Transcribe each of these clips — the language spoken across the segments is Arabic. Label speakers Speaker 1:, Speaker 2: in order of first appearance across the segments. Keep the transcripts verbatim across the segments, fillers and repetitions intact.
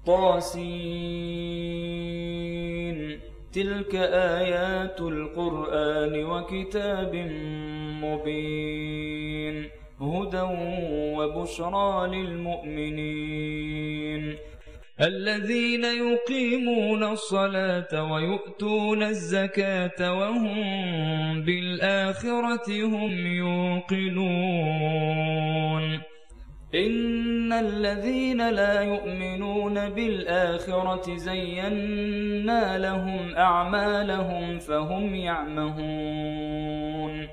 Speaker 1: طاسين تلك آيات القرآن وكتاب مبين هدى وبشرى للمؤمنين الذين يقيمون الصلاة ويؤتون الزكاة وهم بالآخرة هم يوقنون إن الذين لا يؤمنون بالآخرة زينا لهم أعمالهم فهم يعمهون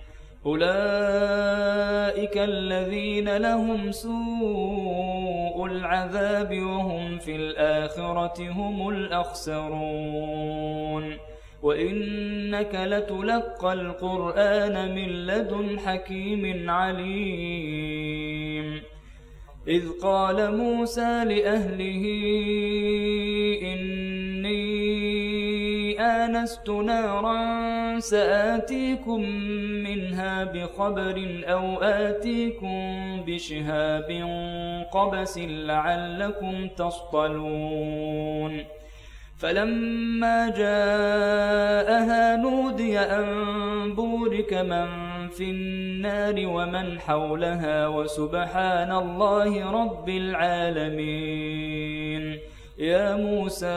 Speaker 1: أولئك الذين لهم سوء العذاب وهم في الآخرة هم الأخسرون وإنك لتلقى القرآن من لدن حكيم عليم إذ قال موسى لأهله إني آنست نارا سآتيكم منها بخبر أو آتيكم بشهاب قبس لعلكم تصطلون فلما جاءها نودي أن بورك من في النار ومن حولها وسبحان الله رب العالمين يا موسى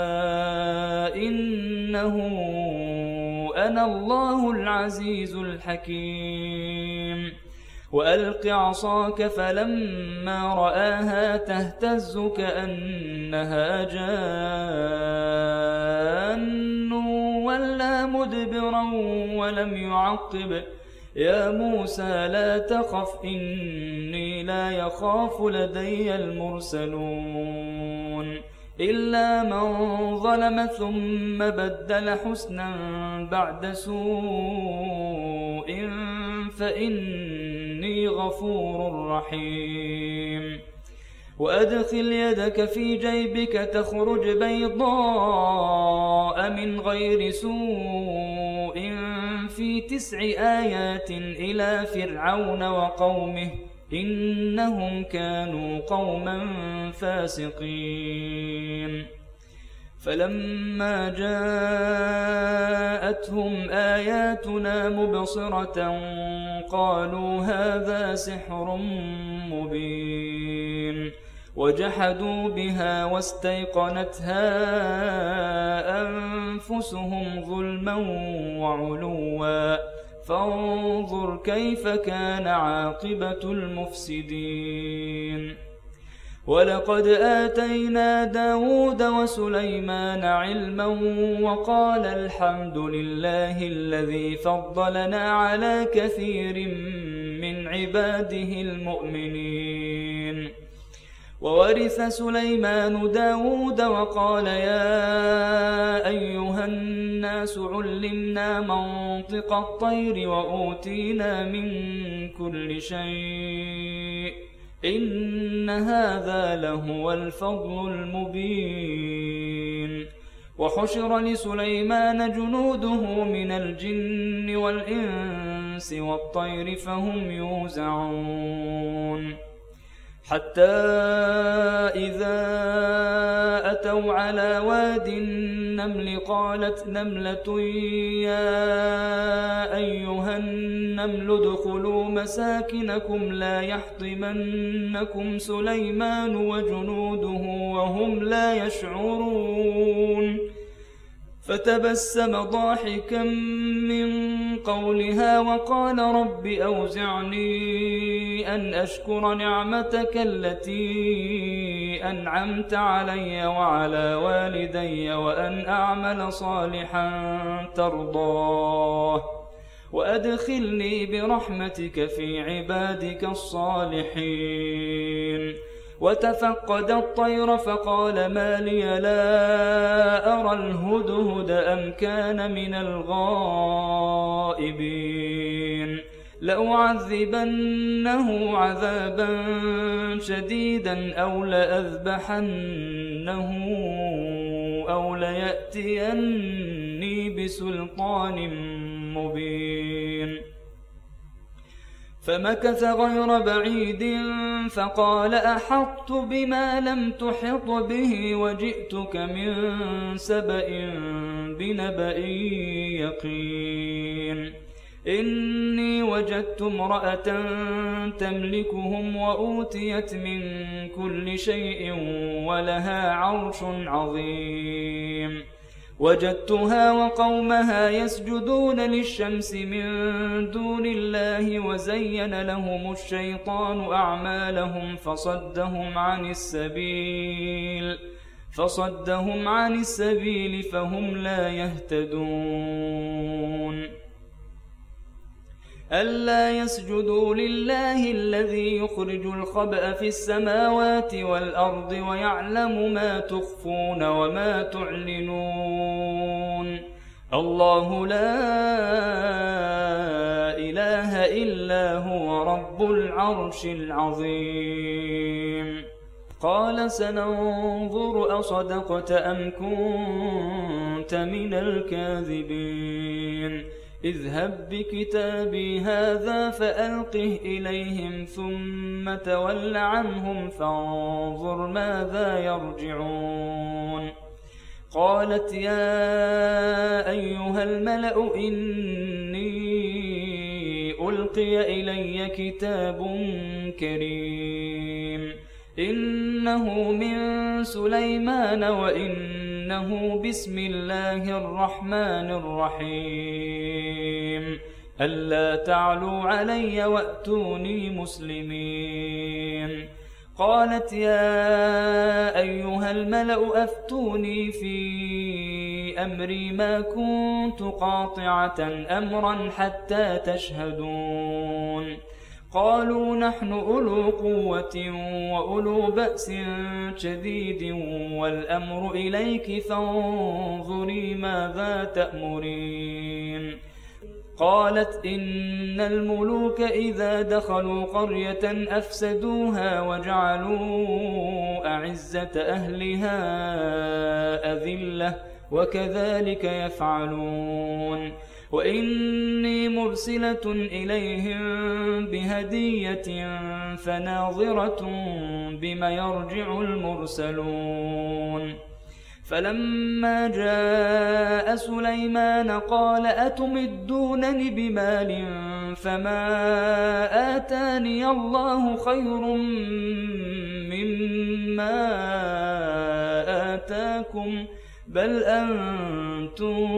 Speaker 1: إنه أنا الله العزيز الحكيم وألق عصاك فلما رآها تهتز كأنها جان ولا مدبرا ولم يعقب يا موسى لا تخف إني لا يخاف لدي المرسلون إلا من ظلم ثم بدل حسنا بعد سوء فإني غفور رحيم وأدخل يدك في جيبك تخرج بيضاء من غير سوء في تسع آيات إلى فرعون وقومه إنهم كانوا قوما فاسقين فلما جاءتهم آياتنا مبصرة قالوا هذا سحر مبين وجحدوا بها واستيقنتها أنفسهم ظلما وعلوا فانظر كيف كان عاقبة المفسدين ولقد آتينا داود وسليمان علما وقال الحمد لله الذي فضلنا على كثير من عباده المؤمنين وورث سليمان داود وقال يا أيها الناس علمنا منطق الطير وأوتينا من كل شيء إن هذا لهو الفضل المبين وحشر لسليمان جنوده من الجن والإنس والطير فهم يوزعون حتى إذا أتوا على واد النمل قالت نملة يا أيها النمل ادخلوا مساكنكم لا يحطمنكم سليمان وجنوده وهم لا يشعرون فتبسم ضاحكا من قولها وقال رب أوزعني أن أشكر نعمتك التي أنعمت علي وعلى والدي وأن أعمل صالحا ترضاه وأدخلني برحمتك في عبادك الصالحين وتفقد الطير فقال ما لي لا أرى الهدهد أم كان من الغائبين لأعذبنه عذابا شديدا أو لأذبحنه أو ليأتيني بسلطان مبين فمكث غير بعيد فقال أحطت بما لم تحط به وجئتك من سبأ بنبأ يقين إني وجدت امرأة تملكهم وأوتيت من كل شيء ولها عرش عظيم وجدتها وقومها يسجدون للشمس من دون الله وزين لهم الشيطان أعمالهم فصدهم عن السبيل فصدهم عن السبيل فهم لا يهتدون ألا يسجدوا لله الذي يخرج الخبأ في السماوات والأرض ويعلم ما تخفون وما تعلنون الله لا إله إلا هو رب العرش العظيم قال سننظر أصدقت أم كنت من الكاذبين اذهب بكتابي هذا فألقه إليهم ثم تول عنهم فانظر ماذا يرجعون قالت يا أيها الملأ إني ألقي إلي كتاب كريم إنه من سليمان وإنه بسم الله الرحمن الرحيم ألا تعلوا علي وأتوني مسلمين قالت يا أيها الملأ أفتوني في أمري ما كنت قاطعة أمرا حتى تشهدون قالوا نحن أولو قوة وأولو بأس شديد والأمر إليك فانظري ماذا تأمرين قالت إن الملوك إذا دخلوا قرية أفسدوها وجعلوا أعزة أهلها أذلة وكذلك يفعلون وإني مرسلة إليهم بهدية فناظرة بما يرجع المرسلون فلما جاء سليمان قال أتمدونني بمال فما آتاني الله خير مما آتاكم بل أنتم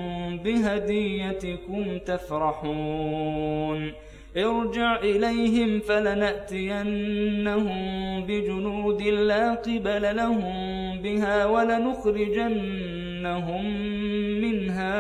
Speaker 1: بهديتكم تفرحون ارجع إليهم فلنأتينهم بجنود لا قبل لهم بها ولنخرجنهم منها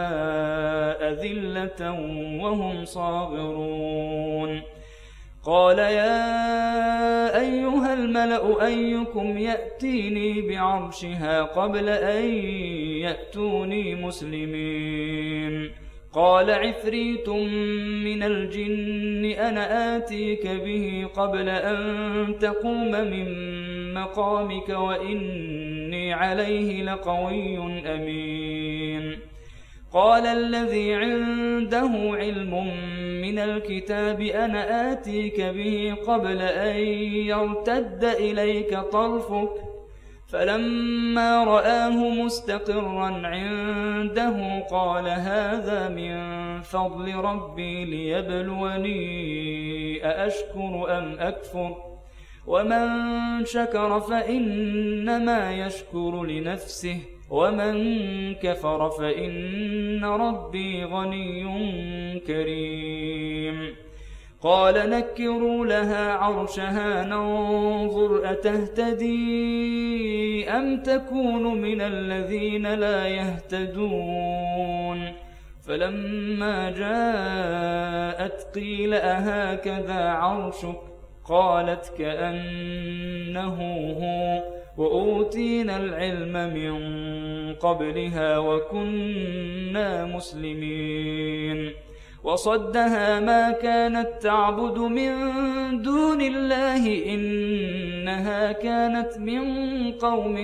Speaker 1: أذلة وهم صاغرون قال يا أيها الملأ أيكم يأتيني بعرشها قبل أن يأتوني مسلمين قال عفريت من الجن أنا آتيك به قبل أن تقوم من مقامك وإني عليه لقوي أمين قال الذي عنده علم من الكتاب أنا آتيك به قبل أن يرتد إليك طرفك فلما رآه مستقرا عنده قال هذا من فضل ربي ليبلوني أأشكر أم أكفر ومن شكر فإنما يشكر لنفسه ومن كفر فإن ربي غني كريم قال نكروا لها عرشها ننظر أتهتدي أم تكون من الذين لا يهتدون فلما جاءت قيل أهكذا عرشك قالت كأنه هو وأوتينا العلم من قبلها وكنا مسلمين وصدها ما كانت تعبد من دون الله إنها كانت من قوم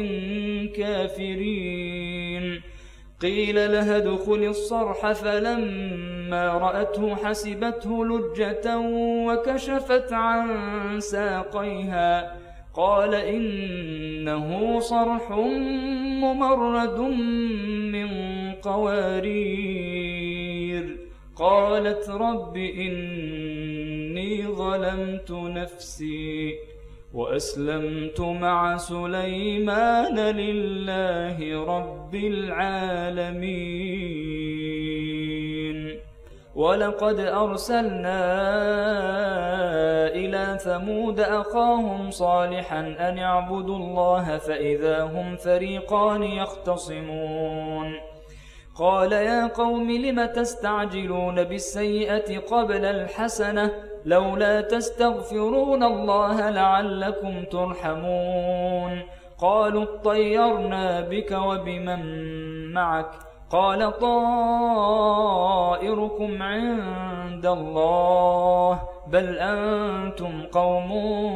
Speaker 1: كافرين قيل لها ادخل الصرح فلما فلما رأته حسبته لجة وكشفت عن ساقيها قال إنه صرح ممرد من قوارير. قالت رب إني ظلمت نفسي وأسلمت مع سليمان لله رب العالمين. ولقد أرسلنا إلى ثمود أخاهم صالحا أن اعبدوا الله فإذا هم فريقان يختصمون. قال يا قوم لم تستعجلون بالسيئة قبل الحسنة لولا تستغفرون الله لعلكم ترحمون. قالوا اطيرنا بك وبمن معك قال طائركم عند الله بل أنتم قوم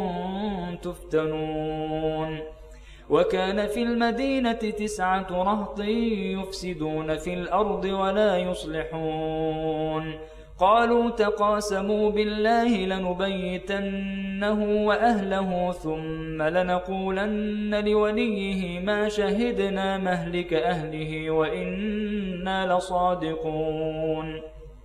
Speaker 1: تفتنون. وكان في المدينة تسعة رهط يفسدون في الأرض ولا يصلحون. قالوا تقاسموا بالله لنبيتنه وأهله ثم لنقولن لوليه ما شهدنا مهلك أهله وإنا لصادقون.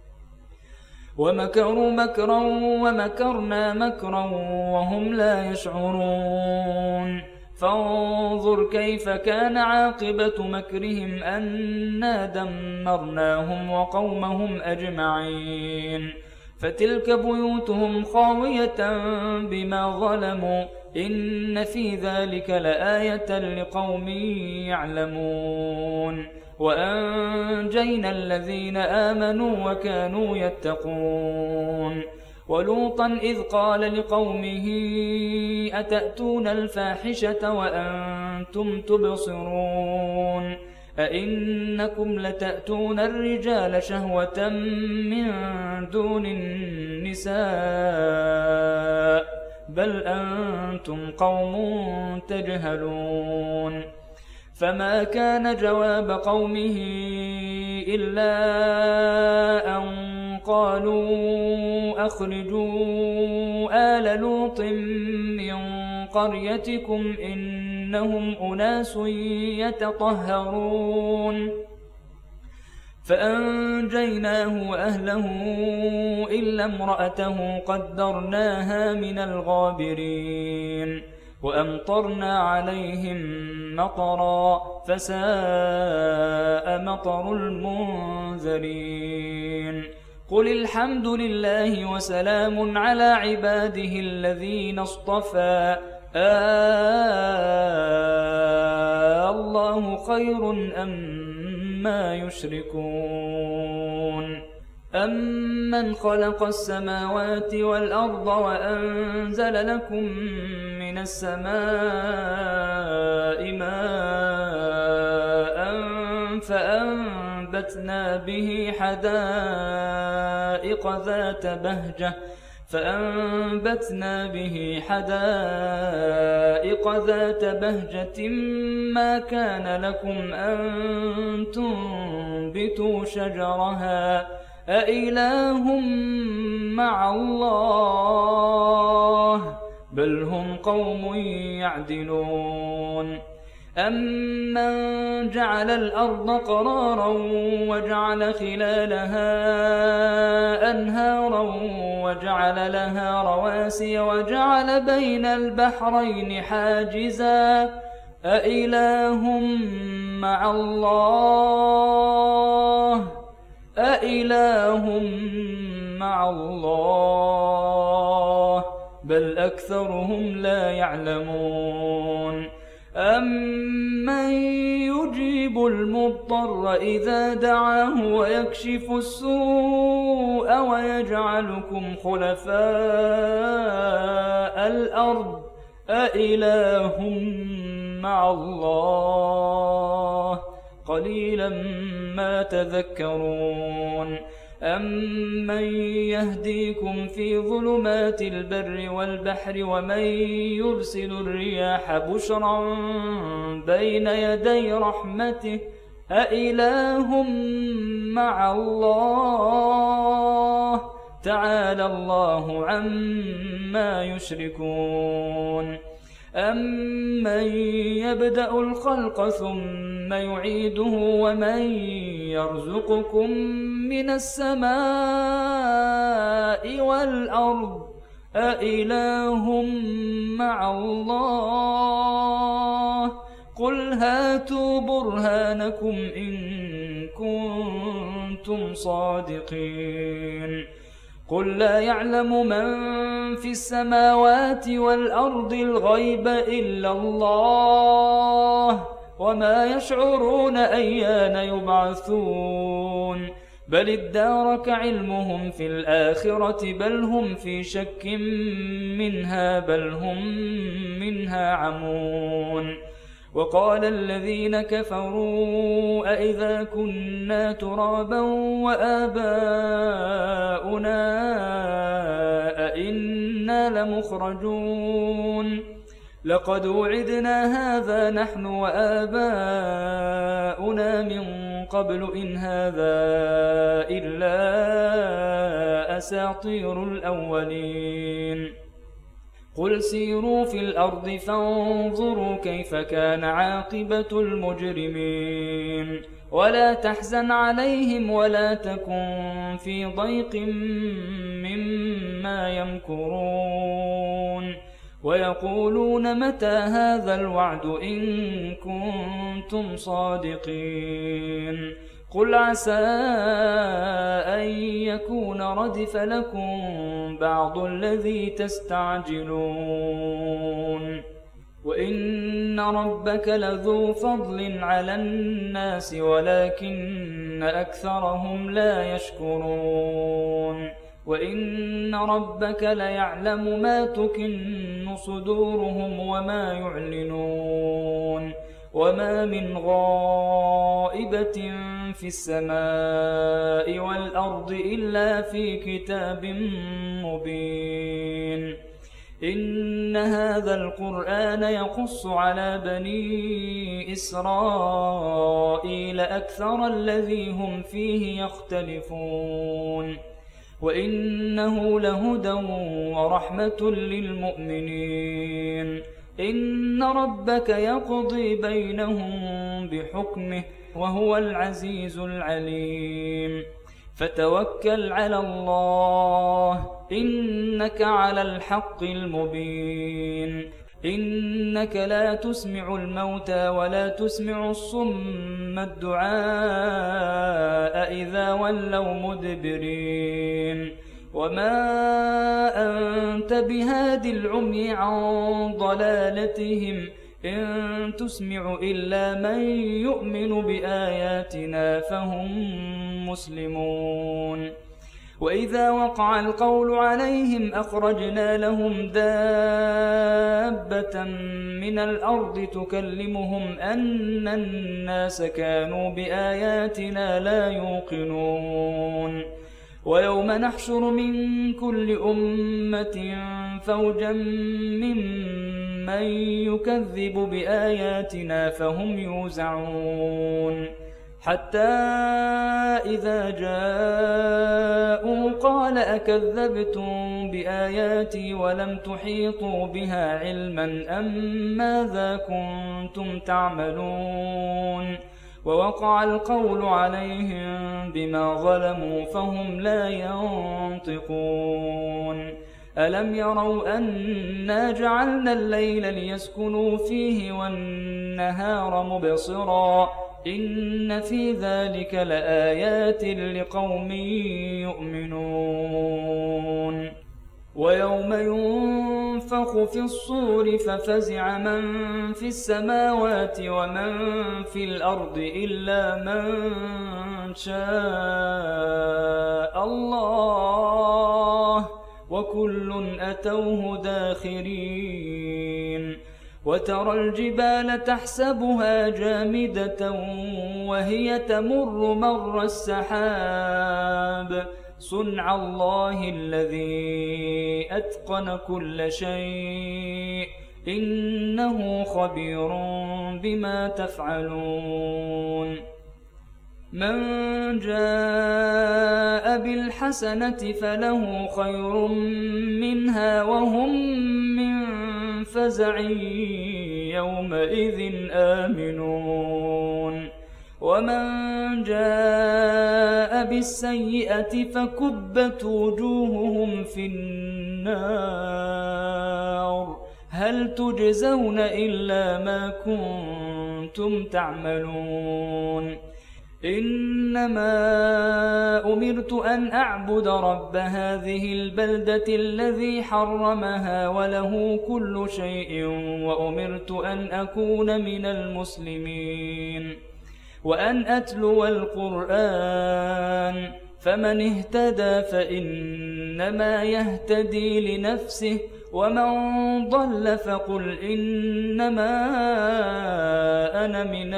Speaker 1: ومكروا مكرا ومكرنا مكرا وهم لا يشعرون. فانظر كيف كان عاقبة مكرهم أنا دمرناهم وقومهم أجمعين. فتلك بيوتهم خاوية بما ظلموا إن في ذلك لآية لقوم يعلمون. وأنجينا الذين آمنوا وكانوا يتقون. ولوطا إذ قال لقومه أتأتون الفاحشة وأنتم تبصرون أئنكم لتأتون الرجال شهوة من دون النساء بل أنتم قوم تجهلون. فما كان جواب قومه إلا أن قالوا أخرجوا آل لوط من قريتكم إنهم أناس يتطهرون. فأنجيناه وأهله إلا امرأته قدرناها من الغابرين. وأمطرنا عليهم مطرا فساء مطر المنذرين. قل الحمد لله وسلام على عباده الذين اصطفى آه الله خير أما يشركون. أمن خلق السماوات والأرض وأنزل لكم من السماء ماء فأنبتنا به حدائق ذات بهجة فأنبتنا به حدائق ذات بهجة ما كان لكم أن تنبتوا شجرها أإله مع الله بل هم قوم يعدلون. أمن جعل الأرض قرارا وجعل خلالها أنهارا وجعل لها رواسي وجعل بين البحرين حاجزا أإله مع الله أإله مع الله بل أكثرهم لا يعلمون. أمن يجيب المضطر إذا دعاه ويكشف السوء ويجعلكم خلفاء الأرض أإله مع الله قليلا ما تذكرون. أمن يهديكم في ظلمات البر والبحر ومن يرسل الرياح بشرا بين يدي رحمته أإله مع الله تعالى الله عما يشركون أمن يبدأ الخلق ثم يعيده ومن يرزقكم من السماء والأرض أإله مع الله قل هاتوا برهانكم إن كنتم صادقين قل لا يعلم من في السماوات والأرض الغيب إلا الله وما يشعرون أيان يبعثون بل ادارك علمهم في الآخرة بل هم في شك منها بل هم منها عمون وقال الذين كفروا أئذا كنا ترابا وآباؤنا أئنا لمخرجون لقد وعدنا هذا نحن وآباؤنا من قبل إن هذا إلا أساطير الأولين قل سيروا في الأرض فانظروا كيف كان عاقبة المجرمين ولا تحزن عليهم ولا تكن في ضيق مما يمكرون ويقولون متى هذا الوعد إن كنتم صادقين قل عسى أن يكون ردف لكم بعض الذي تستعجلون وإن ربك لذو فضل على الناس ولكن أكثرهم لا يشكرون وإن ربك ليعلم ما تكن صدورهم وما يعلنون وما من غائبة في السماء والأرض إلا في كتاب مبين إن هذا القرآن يقص على بني إسرائيل أكثر الذي هم فيه يختلفون وإنه لهدى ورحمة للمؤمنين إن ربك يقضي بينهم بحكمه وهو العزيز العليم فتوكل على الله إنك على الحق المبين إنك لا تسمع الموتى ولا تسمع الصم الدعاء إذا ولوا مدبرين وما أنت بهاد العمي عن ضلالتهم إن تسمع إلا من يؤمن بآياتنا فهم مسلمون وإذا وقع القول عليهم أخرجنا لهم دابة من الأرض تكلمهم أن الناس كانوا بآياتنا لا يوقنون ويوم نحشر من كل أمة فوجا ممن يكذب بآياتنا فهم يوزعون حتى إذا جاءوا قال أكذبتم بآياتي ولم تحيطوا بها علما أم ماذا كنتم تعملون ووقع القول عليهم بما ظلموا فهم لا ينطقون ألم يروا أنا جعلنا الليل ليسكنوا فيه والنهار مبصرا إن في ذلك لآيات لقوم يؤمنون ويوم ينفخ في الصور ففزع من في السماوات ومن في الأرض إلا من شاء الله وكل أتوه داخرين وترى الجبال تحسبها جامدة وهي تمر مر السحاب صنع الله الذي أتقن كل شيء إنه خبير بما تفعلون من جاء بالحسنة فله خير منها وهم من فزع يومئذ آمنون ومن جاء بالسيئة فكبت وجوههم في النار هل تجزون إلا ما كنتم تعملون إنما أمرت أن أعبد رب هذه البلدة الذي حرمها وله كل شيء وأمرت أن أكون من المسلمين وأن أتلو القرآن فمن اهتدى فإنما يهتدي لنفسه ومن ضل فقل إنما أنا من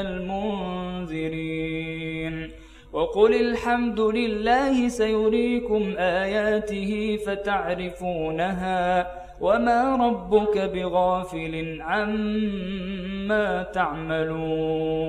Speaker 1: المنذرين وقل الحمد لله سيريكم آياته فتعرفونها وما ربك بغافل عما تعملون